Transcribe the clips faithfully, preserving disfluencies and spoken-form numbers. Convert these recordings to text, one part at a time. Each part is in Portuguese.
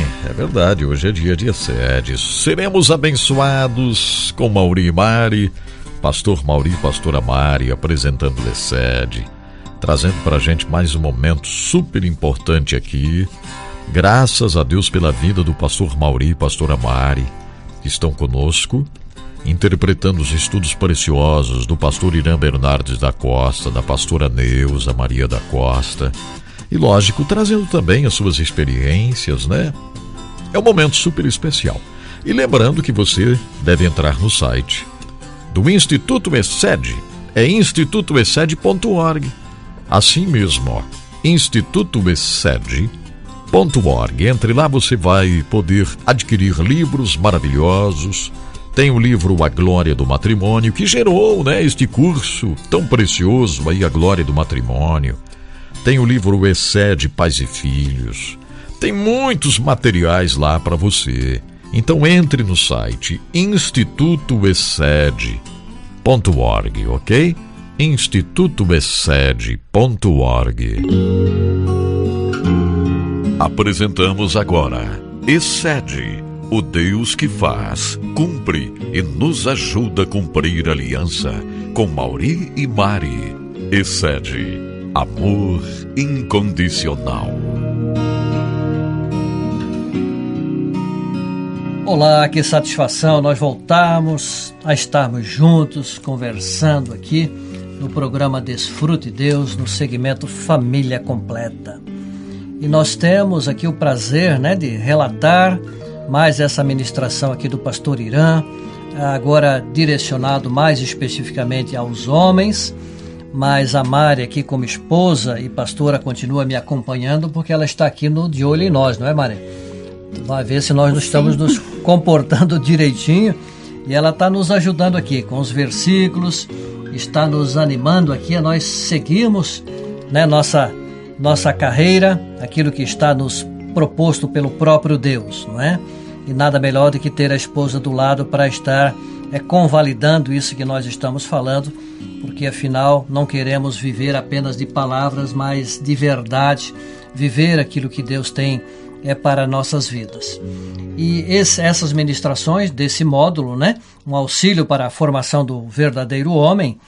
é verdade, hoje é dia de Essede. Seremos abençoados com Mauri e Mari, pastor Mauri e pastora Mari, apresentando o Essede, trazendo pra gente mais um momento super importante aqui. Graças a Deus pela vida do pastor Mauri e pastora Mari, que estão conosco, interpretando os estudos preciosos do pastor Irã Bernardes da Costa, da pastora Neuza Maria da Costa, e lógico, trazendo também as suas experiências, né? É um momento super especial. E lembrando que você deve entrar no site do Instituto Essede, é instituto essede ponto org. Assim mesmo, ó, instituto essede ponto org. Entre lá, você vai poder adquirir livros maravilhosos. Tem o livro A Glória do Matrimônio, que gerou, né, este curso tão precioso aí, A Glória do Matrimônio. Tem o livro Essede Pais e Filhos. Tem muitos materiais lá para você. Então entre no site instituto essede ponto org, ok? instituto essede ponto org. Apresentamos agora Essede, o Deus que faz, cumpre e nos ajuda a cumprir a aliança, com Mauri e Mari. Essede, amor incondicional. Olá, que satisfação nós voltarmos a estarmos juntos, conversando aqui no programa Desfrute Deus, no segmento Família Completa. E nós temos aqui o prazer, né, de relatar mais essa ministração aqui do pastor Irã, agora direcionado mais especificamente aos homens, mas a Mari aqui como esposa e pastora continua me acompanhando porque ela está aqui no De Olho em Nós, não é, Mari? Vai ver se nós não estamos nos comportando direitinho, e ela está nos ajudando aqui com os versículos, está nos animando aqui a nós seguirmos, né, nossa, nossa carreira, aquilo que está nos proposto pelo próprio Deus, não é? E nada melhor do que ter a esposa do lado para estar é, convalidando isso que nós estamos falando, porque afinal não queremos viver apenas de palavras, mas de verdade, viver aquilo que Deus tem é para nossas vidas. E esse, essas ministrações desse módulo, né, um auxílio para a formação do verdadeiro homem,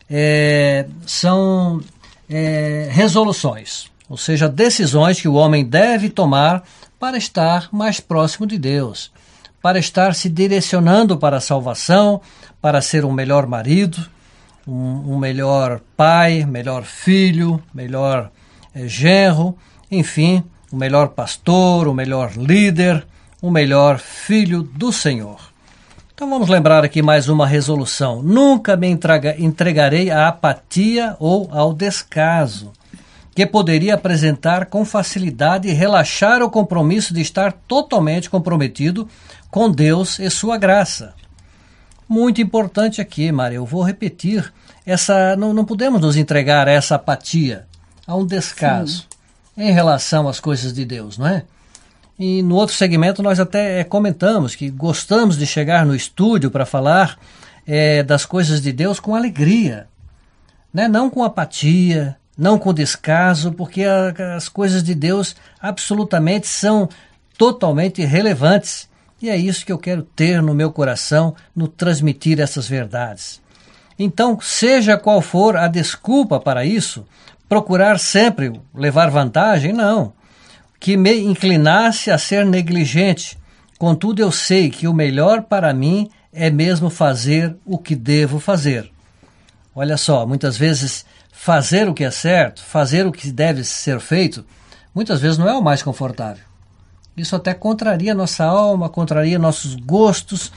é, são é, resoluções, ou seja, decisões que o homem deve tomar para estar mais próximo de Deus, para estar se direcionando para a salvação, para ser um melhor marido, um, um melhor pai, melhor filho, melhor é, genro, enfim, o melhor pastor, o melhor líder, o melhor filho do Senhor. Então vamos lembrar aqui mais uma resolução. Nunca me entrega, entregarei à apatia ou ao descaso, que poderia apresentar com facilidade e relaxar o compromisso de estar totalmente comprometido com Deus e sua graça. Muito importante aqui, Maria, eu vou repetir, essa, não, não podemos nos entregar a essa apatia, a um descaso. Sim. Em relação às coisas de Deus, não é? E no outro segmento nós até é, comentamos que gostamos de chegar no estúdio para falar é, das coisas de Deus com alegria, né? Não com apatia, não com descaso, porque a, as coisas de Deus absolutamente são totalmente relevantes. E é isso que eu quero ter no meu coração, no transmitir essas verdades. Então, seja qual for a desculpa para isso, procurar sempre levar vantagem, não. Que me inclinasse a ser negligente. Contudo, eu sei que o melhor para mim é mesmo fazer o que devo fazer. Olha só, muitas vezes fazer o que é certo, fazer o que deve ser feito, muitas vezes não é o mais confortável. Isso até contraria nossa alma, contraria nossos gostos,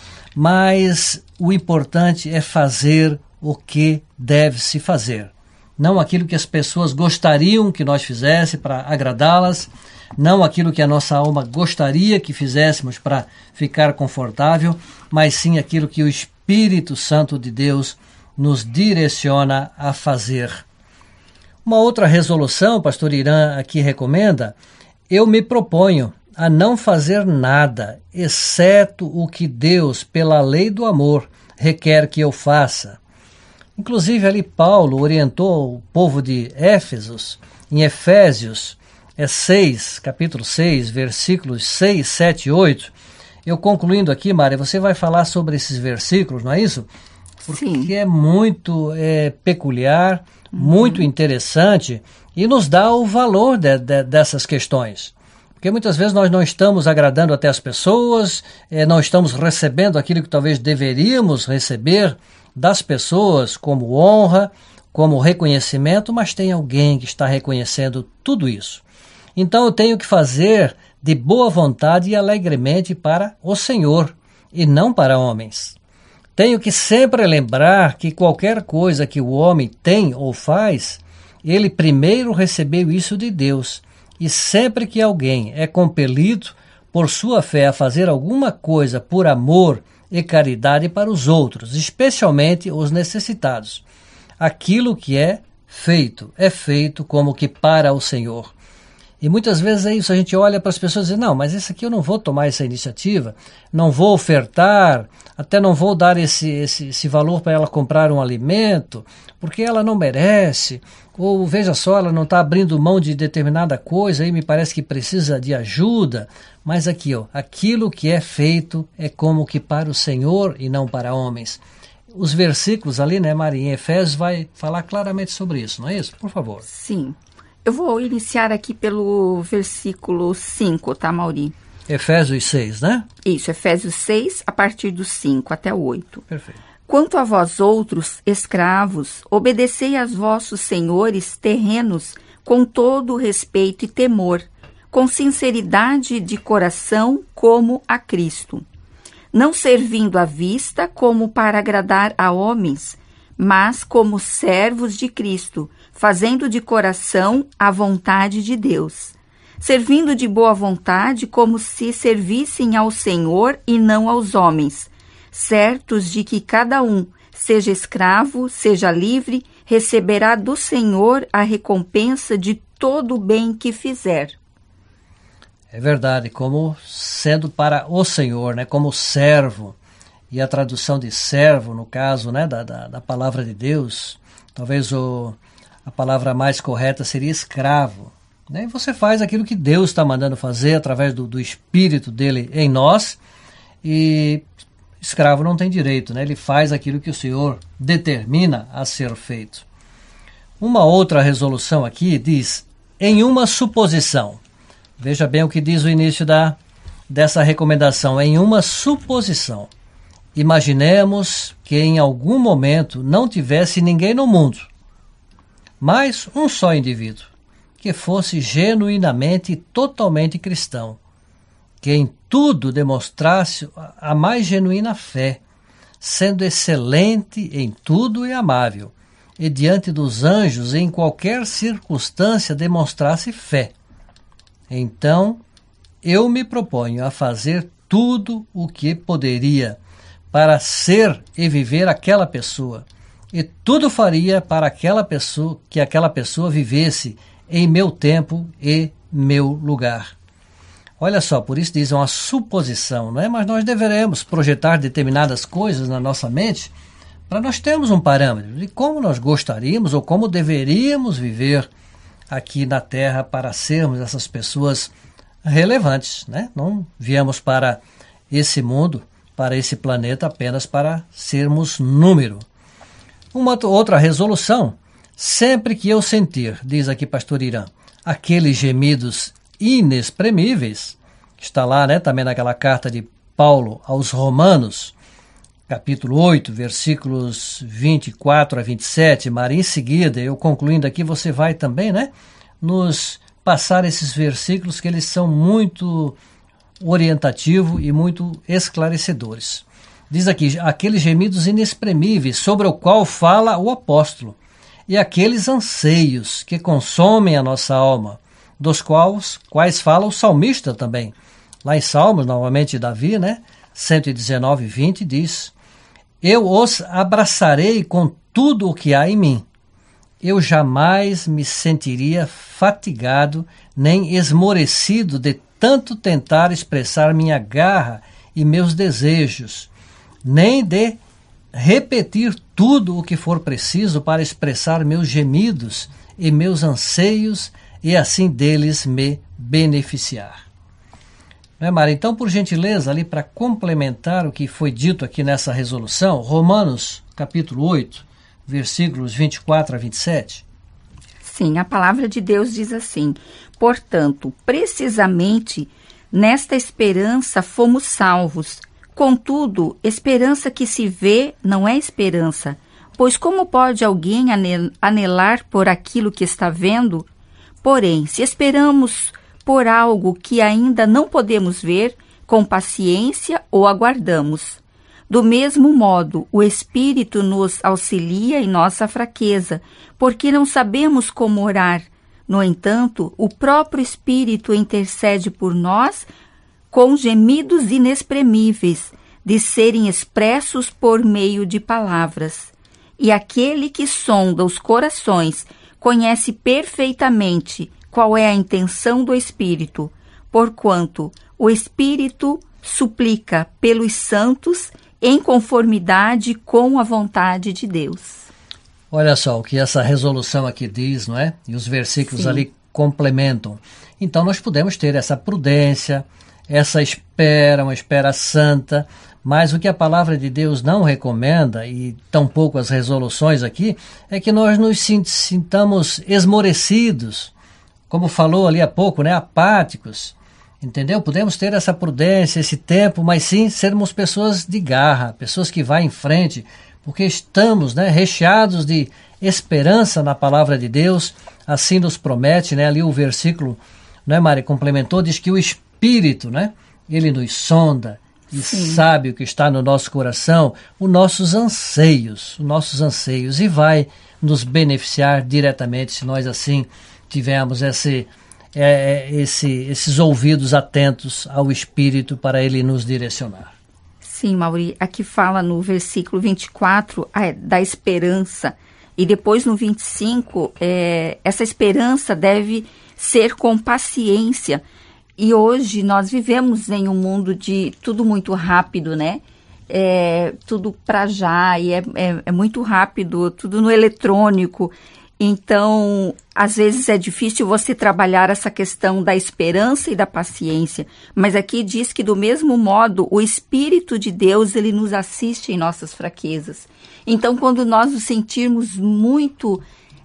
mas o importante é fazer o que deve se fazer. Não aquilo que as pessoas gostariam que nós fizéssemos para agradá-las, não aquilo que a nossa alma gostaria que fizéssemos para ficar confortável, mas sim aquilo que o Espírito Santo de Deus nos direciona a fazer. Uma outra resolução, pastor Irã aqui recomenda, eu me proponho a não fazer nada, exceto o que Deus, pela lei do amor, requer que eu faça. Inclusive ali Paulo orientou o povo de Éfesos, em Efésios, é seis, capítulo seis, versículos seis, sete e oito. Eu concluindo aqui, Mária, você vai falar sobre esses versículos, não é isso? Porque Sim. é muito é, peculiar, uhum. muito interessante e nos dá o valor de, de, dessas questões. Porque muitas vezes nós não estamos agradando até as pessoas, é, não estamos recebendo aquilo que talvez deveríamos receber das pessoas como honra, como reconhecimento, mas tem alguém que está reconhecendo tudo isso. Então eu tenho que fazer de boa vontade e alegremente para o Senhor e não para homens. Tenho que sempre lembrar que qualquer coisa que o homem tem ou faz, ele primeiro recebeu isso de Deus. E sempre que alguém é compelido por sua fé a fazer alguma coisa por amor e caridade para os outros, especialmente os necessitados, aquilo que é feito, é feito como que para o Senhor. E muitas vezes é isso, a gente olha para as pessoas e diz, não, mas esse aqui eu não vou tomar essa iniciativa, não vou ofertar, até não vou dar esse, esse, esse valor para ela comprar um alimento, porque ela não merece, ou veja só, ela não está abrindo mão de determinada coisa, aí me parece que precisa de ajuda, mas aqui, ó, aquilo que é feito é como que para o Senhor e não para homens. Os versículos ali, né, Maria, em Efésios vai falar claramente sobre isso, não é isso? Por favor. Sim. Eu vou iniciar aqui pelo versículo cinco, tá, Mauri? Efésios seis, né? Isso, Efésios seis, a partir do cinco até o oito. Perfeito. Quanto a vós outros, escravos, obedecei aos vossos senhores terrenos com todo respeito e temor, com sinceridade de coração como a Cristo, não servindo à vista como para agradar a homens, mas como servos de Cristo, fazendo de coração a vontade de Deus, servindo de boa vontade como se servissem ao Senhor e não aos homens, certos de que cada um, seja escravo, seja livre, receberá do Senhor a recompensa de todo o bem que fizer. É verdade, como sendo para o Senhor, né, como servo. E a tradução de servo, no caso, né, da, da, da palavra de Deus, talvez o, a palavra mais correta seria escravo. Né? E você faz aquilo que Deus está mandando fazer através do, do Espírito dele em nós. E escravo não tem direito, né? Ele faz aquilo que o Senhor determina a ser feito. Uma outra resolução aqui diz, em uma suposição. Veja bem o que diz o início da, dessa recomendação, em uma suposição. Imaginemos que em algum momento não tivesse ninguém no mundo, mas um só indivíduo, que fosse genuinamente e totalmente cristão, que em tudo demonstrasse a mais genuína fé, sendo excelente em tudo e amável, e diante dos anjos em qualquer circunstância demonstrasse fé. Então, eu me proponho a fazer tudo o que poderia para ser e viver aquela pessoa, e tudo faria para aquela pessoa, que aquela pessoa vivesse em meu tempo e meu lugar. Olha só, por isso diz uma suposição, não é? Mas nós deveremos projetar determinadas coisas na nossa mente para nós termos um parâmetro de como nós gostaríamos ou como deveríamos viver aqui na Terra para sermos essas pessoas relevantes, né? Não viemos para esse mundo, para esse planeta apenas para sermos número. Uma outra resolução, sempre que eu sentir, diz aqui pastor Irã, aqueles gemidos inexprimíveis, que está lá, né, também naquela carta de Paulo aos Romanos, capítulo oito, versículos vinte e quatro a vinte e sete, mas em seguida, eu concluindo aqui, você vai também, né, nos passar esses versículos que eles são muito orientativos e muito esclarecedores. Diz aqui, aqueles gemidos inexprimíveis sobre o qual fala o apóstolo, e aqueles anseios que consomem a nossa alma, dos quais, quais fala o salmista também. Lá em Salmos, novamente Davi, né, cento e dezenove, vinte, diz, eu os abraçarei com tudo o que há em mim. Eu jamais me sentiria fatigado nem esmorecido de tanto tentar expressar minha garra e meus desejos, nem de repetir tudo o que for preciso para expressar meus gemidos e meus anseios e assim deles me beneficiar. Não é, Mara? Então, por gentileza, ali para complementar o que foi dito aqui nessa resolução, Romanos, capítulo oito, versículos vinte e quatro a vinte e sete. Sim, a palavra de Deus diz assim: portanto, precisamente nesta esperança fomos salvos. Contudo, esperança que se vê não é esperança, pois como pode alguém anelar por aquilo que está vendo? Porém, se esperamos por algo que ainda não podemos ver, com paciência o aguardamos. Do mesmo modo, o Espírito nos auxilia em nossa fraqueza, porque não sabemos como orar. No entanto, o próprio Espírito intercede por nós com gemidos inexprimíveis, de serem expressos por meio de palavras. E aquele que sonda os corações conhece perfeitamente qual é a intenção do Espírito, porquanto o Espírito suplica pelos santos em conformidade com a vontade de Deus. Olha só o que essa resolução aqui diz, não é? E os versículos Sim. ali complementam. Então nós podemos ter essa prudência, essa espera, uma espera santa, mas o que a palavra de Deus não recomenda, e tampouco as resoluções aqui, é que nós nos sintamos esmorecidos, como falou ali há pouco, né? Apáticos. Entendeu? Podemos ter essa prudência, esse tempo, mas sim sermos pessoas de garra, pessoas que vão em frente, porque estamos, né, recheados de esperança na palavra de Deus, assim nos promete, né? Ali o versículo, né, Mari, complementou, diz que o Espírito, né, ele nos sonda e sim. sabe o que está no nosso coração, os nossos anseios, os nossos anseios, e vai nos beneficiar diretamente se nós assim tivermos esse... É, esse, esses ouvidos atentos ao Espírito para ele nos direcionar. Sim, Mauri, aqui fala no versículo vinte e quatro é, da esperança, e depois no vinte e cinco, é, essa esperança deve ser com paciência. E hoje nós vivemos em um mundo de tudo muito rápido, né? É, tudo para já, e é, é, é muito rápido, tudo no eletrônico. Então, às vezes é difícil você trabalhar essa questão da esperança e da paciência, mas aqui diz que do mesmo modo o Espírito de Deus, ele nos assiste em nossas fraquezas. Então, quando nós nos sentirmos muito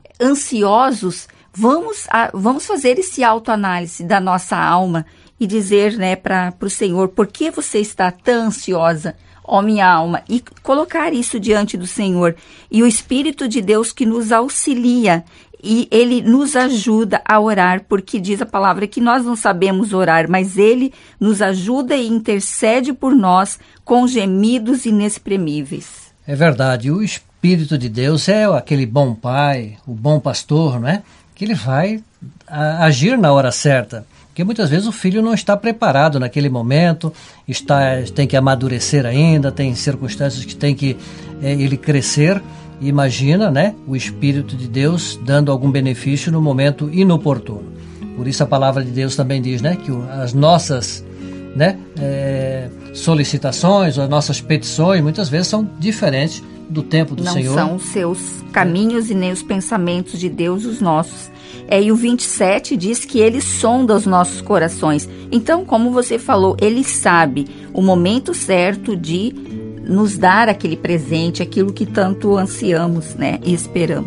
ansiosos, vamos, a, vamos fazer esse autoanálise da nossa alma e dizer, né, para o Senhor, por que você está tão ansiosa? Ó minha alma, e colocar isso diante do Senhor, e o Espírito de Deus que nos auxilia, e Ele nos ajuda a orar, porque diz a palavra que nós não sabemos orar, mas Ele nos ajuda e intercede por nós com gemidos inexprimíveis. É verdade, o Espírito de Deus é aquele bom pai, o bom pastor, não é? Que Ele vai a, agir na hora certa. Porque muitas vezes o filho não está preparado naquele momento, está, tem que amadurecer ainda, tem circunstâncias que tem que é, ele crescer. Imagina, né, o Espírito de Deus dando algum benefício no momento inoportuno. Por isso a palavra de Deus também diz, né, que as nossas, né, é, solicitações, as nossas petições, muitas vezes são diferentes do tempo do não Senhor. Não são os seus caminhos e nem os pensamentos de Deus os nossos. É, e o vinte e sete diz que Ele sonda os nossos corações. Então, como você falou, Ele sabe o momento certo de nos dar aquele presente, aquilo que tanto ansiamos, né, e esperamos.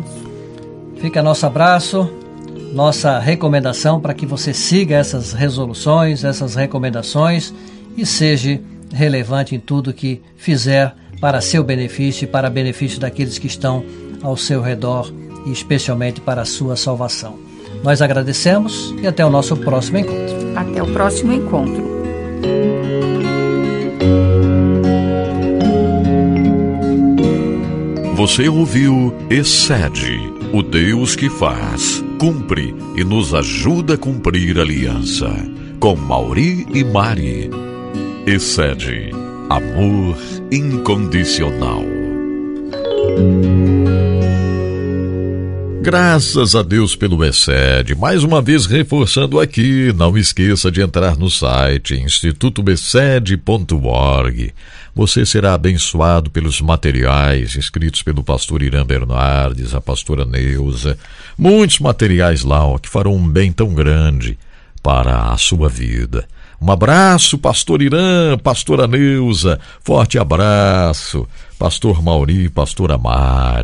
Fica nosso abraço, nossa recomendação para que você siga essas resoluções, essas recomendações e seja relevante em tudo que fizer para seu benefício e para benefício daqueles que estão ao seu redor e especialmente para a sua salvação. Nós agradecemos e até o nosso próximo encontro. Até o próximo encontro. Você ouviu Excede, o Deus que faz, cumpre e nos ajuda a cumprir a aliança. Com Mauri e Mari. Excede, amor incondicional. Graças a Deus pelo Beced. Mais uma vez reforçando aqui, não esqueça de entrar no site instituto beced ponto org. Você será abençoado pelos materiais escritos pelo pastor Irã Bernardes, a pastora Neuza. Muitos materiais lá, ó, que farão um bem tão grande para a sua vida. Um abraço, pastor Irã, pastora Neuza. Forte abraço, pastor Mauri, pastora Mari.